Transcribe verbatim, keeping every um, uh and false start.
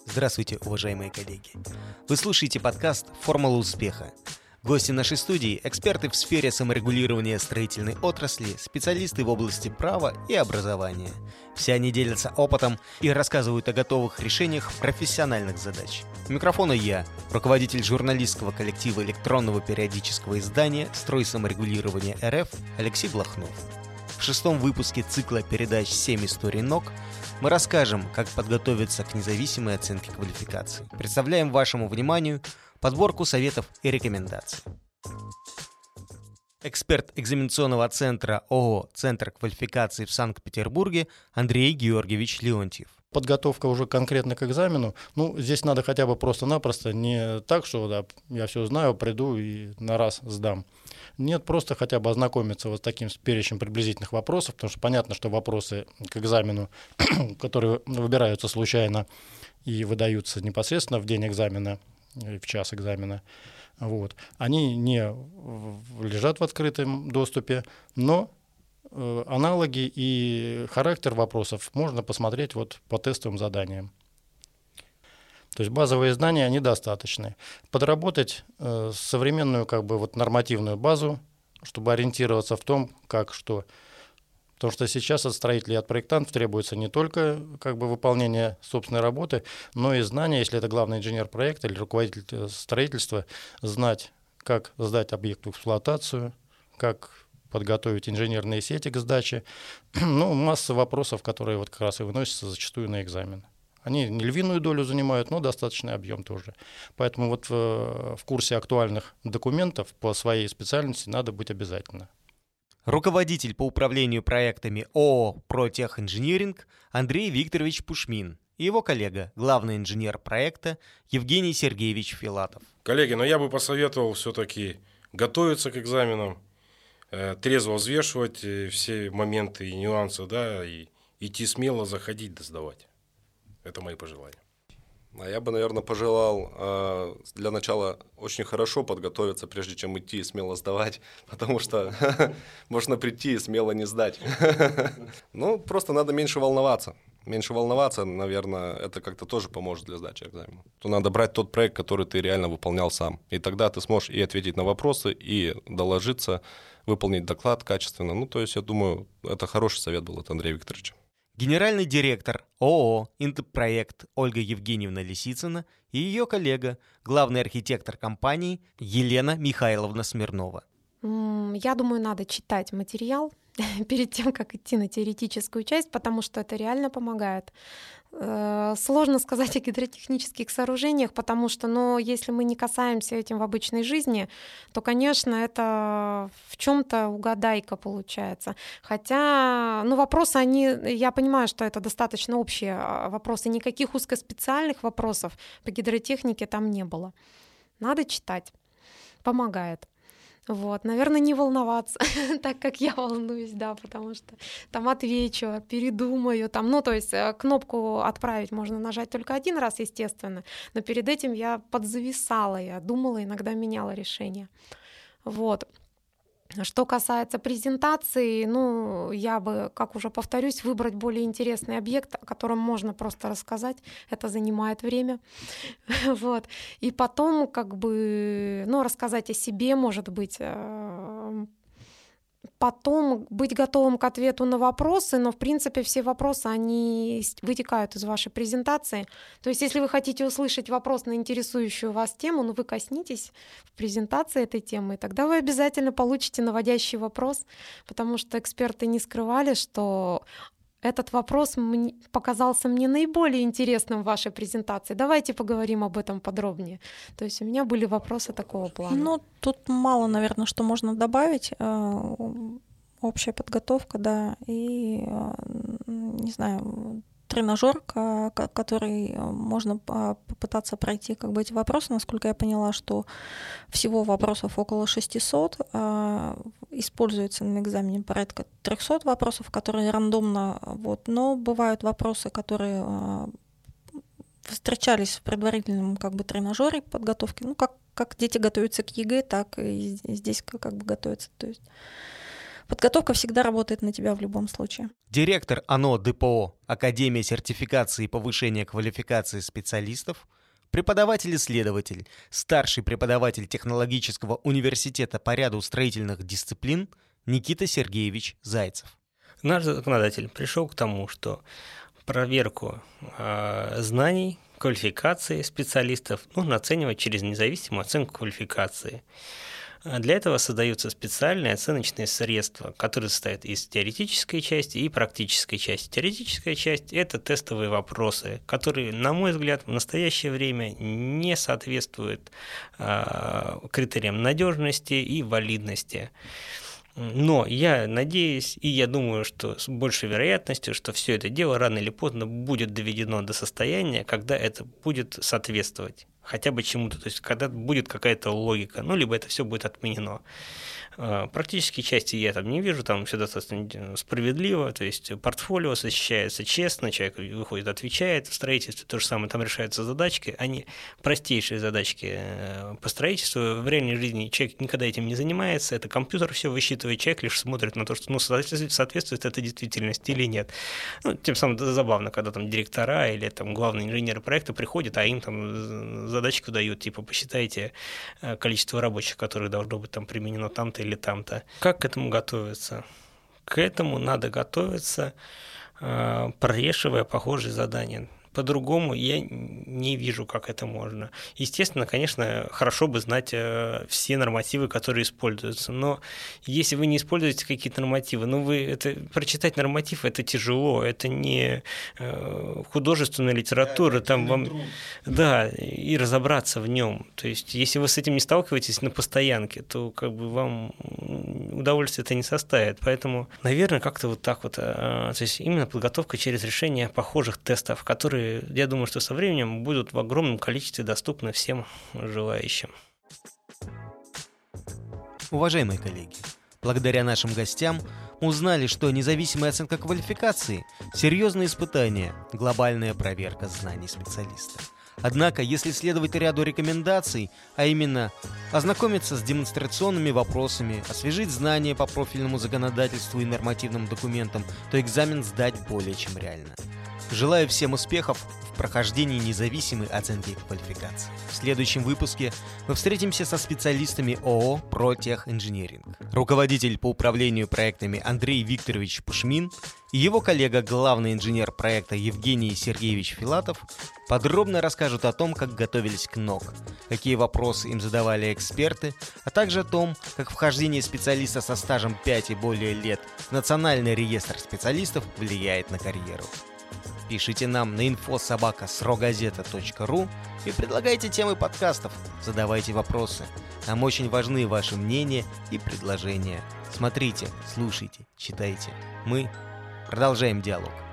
Здравствуйте, уважаемые коллеги. Вы слушаете подкаст «Формула успеха». Гости нашей студии – эксперты в сфере саморегулирования строительной отрасли, специалисты в области права и образования. Все они делятся опытом и рассказывают о готовых решениях профессиональных задач. У микрофона я, руководитель журналистского коллектива электронного периодического издания «Строй саморегулирования РФ» Алексей Блохнов. В шестом выпуске цикла передач «семь историй НОК» мы расскажем, как подготовиться к независимой оценке квалификации. Представляем вашему вниманию подборку советов и рекомендаций. Эксперт экзаменационного центра ООО «Центр квалификации» в Санкт-Петербурге Андрей Георгиевич Леонтьев. Подготовка уже конкретно к экзамену, ну, здесь надо хотя бы просто-напросто не так, что да, я все знаю, приду и на раз сдам. Нет, просто хотя бы ознакомиться вот с таким перечнем приблизительных вопросов, потому что понятно, что вопросы к экзамену, которые выбираются случайно и выдаются непосредственно в день экзамена, в час экзамена, вот, они не лежат в открытом доступе, но аналоги и характер вопросов можно посмотреть вот по тестовым заданиям. То есть базовые знания, они достаточны. Подработать э, современную как бы вот нормативную базу, чтобы ориентироваться в том, как что. Потому что сейчас от строителей и от проектантов требуется не только как бы выполнение собственной работы, но и знания, если это главный инженер проекта или руководитель строительства, знать, как сдать объект в эксплуатацию, как подготовить инженерные сети к сдаче. Ну, масса вопросов, которые вот как раз и выносятся зачастую на экзамен. Они не львиную долю занимают, но достаточный объем тоже. Поэтому вот в, в курсе актуальных документов по своей специальности надо быть обязательно. Руководитель по управлению проектами ООО «Протехинжиниринг» Андрей Викторович Пушмин и его коллега, главный инженер проекта Евгений Сергеевич Филатов. Коллеги, но я бы посоветовал все-таки готовиться к экзаменам, трезво взвешивать все моменты и нюансы, да, и идти смело, заходить, да сдавать. Это мои пожелания. А я бы, наверное, пожелал для начала очень хорошо подготовиться, прежде чем идти и смело сдавать, потому что можно прийти и смело не сдать. Ну, просто надо меньше волноваться. Меньше волноваться, наверное, это как-то тоже поможет для сдачи экзамена. То надо брать тот проект, который ты реально выполнял сам. И тогда ты сможешь и ответить на вопросы, и доложиться, выполнить доклад качественно. Ну, то есть, я думаю, это хороший совет был от Андрея Викторовича. Генеральный директор ООО «Интопроект» Ольга Евгеньевна Лисицына и ее коллега, главный архитектор компании Елена Михайловна Смирнова. Я думаю, надо читать материал перед тем, как идти на теоретическую часть, потому что это реально помогает. Сложно сказать о гидротехнических сооружениях, потому что, ну, если мы не касаемся этим в обычной жизни, то, конечно, это в чем-то угадайка получается. Хотя, ну, вопросы, они, я понимаю, что это достаточно общие вопросы, никаких узкоспециальных вопросов по гидротехнике там не было. Надо читать, помогает. Вот, наверное, не волноваться, так как я волнуюсь, да, потому что там отвечу, передумаю, там, ну, то есть кнопку «Отправить» можно нажать только один раз, естественно, но перед этим я подзависала, я думала, иногда меняла решение. Вот. Что касается презентации, ну, я бы, как уже повторюсь, выбрать более интересный объект, о котором можно просто рассказать, это занимает время, вот, и потом, как бы, ну, рассказать о себе, может быть, потом быть готовым к ответу на вопросы, но, в принципе, все вопросы, они вытекают из вашей презентации. То есть, если вы хотите услышать вопрос на интересующую вас тему, ну, вы коснитесь в презентации этой темы, и тогда вы обязательно получите наводящий вопрос, потому что эксперты не скрывали, что этот вопрос показался мне наиболее интересным в вашей презентации. Давайте поговорим об этом подробнее. То есть у меня были вопросы такого плана. Ну, тут мало, наверное, что можно добавить. Общая подготовка, да, и, не знаю, тренажер, который можно попытаться пройти как бы эти вопросы. Насколько я поняла, что всего вопросов около шестисот, используется на экзамене порядка трехсот вопросов, которые рандомно, вот, но бывают вопросы, которые встречались в предварительном как бы тренажере подготовки, ну, как, как дети готовятся к ЕГЭ, так и здесь как бы готовятся, то есть Подготовка всегда работает на тебя в любом случае. Директор АНО ДПО Академия сертификации и повышения квалификации специалистов, преподаватель-исследователь, старший преподаватель технологического университета по ряду строительных дисциплин Никита Сергеевич Зайцев. Наш законодатель пришел к тому, что проверку э, знаний, квалификации специалистов нужно оценивать через независимую оценку квалификации. Для этого создаются специальные оценочные средства, которые состоят из теоретической части и практической части. Теоретическая часть – это тестовые вопросы, которые, на мой взгляд, в настоящее время не соответствуют э, критериям надежности и валидности. Но я надеюсь, и я думаю, что с большей вероятностью, что все это дело рано или поздно будет доведено до состояния, когда это будет соответствовать хотя бы чему-то, то есть когда будет какая-то логика, ну, либо это все будет отменено. Практические части я там не вижу, там все достаточно справедливо, то есть портфолио защищается честно, человек выходит, отвечает в строительстве, то же самое, там решаются задачки, они простейшие задачки по строительству, в реальной жизни человек никогда этим не занимается, это компьютер все высчитывает, человек лишь смотрит на то, что ну, соответствует это действительности или нет. Ну, тем самым забавно, когда там директора или там главные инженеры проекта приходят, а им там задачку дают, типа посчитайте количество рабочих, которых должно быть там применено там-то или там-то. Как к этому готовиться? К этому надо готовиться, прорешивая похожие задания. По-другому я не вижу, как это можно. Естественно, конечно, хорошо бы знать все нормативы, которые используются, но если вы не используете какие-то нормативы, ну вы это прочитать норматив это тяжело, это не художественная литература, да, там вам труд. Да, и разобраться в нем. То есть, если вы с этим не сталкиваетесь на постоянке, то как бы вам удовольствие это не составит. Поэтому, наверное, как-то вот так вот, то есть именно подготовка через решение похожих тестов, которые, я думаю, что со временем будут в огромном количестве доступны всем желающим. Уважаемые коллеги, благодаря нашим гостям мы узнали, что независимая оценка квалификации – серьезное испытание, глобальная проверка знаний специалиста. Однако, если следовать ряду рекомендаций, а именно ознакомиться с демонстрационными вопросами, освежить знания по профильному законодательству и нормативным документам, то экзамен сдать более чем реально. Желаю всем успехов в прохождении независимой оценки квалификации. В следующем выпуске мы встретимся со специалистами ООО «Протехинжиниринг». Руководитель по управлению проектами Андрей Викторович Пушмин и его коллега, главный инженер проекта Евгений Сергеевич Филатов, подробно расскажут о том, как готовились к НОК, какие вопросы им задавали эксперты, а также о том, как вхождение специалиста со стажем пять и более лет в Национальный реестр специалистов влияет на карьеру. Пишите нам на инфо собака срогазета точка ру и предлагайте темы подкастов, задавайте вопросы. Нам очень важны ваши мнения и предложения. Смотрите, слушайте, читайте. Мы продолжаем диалог.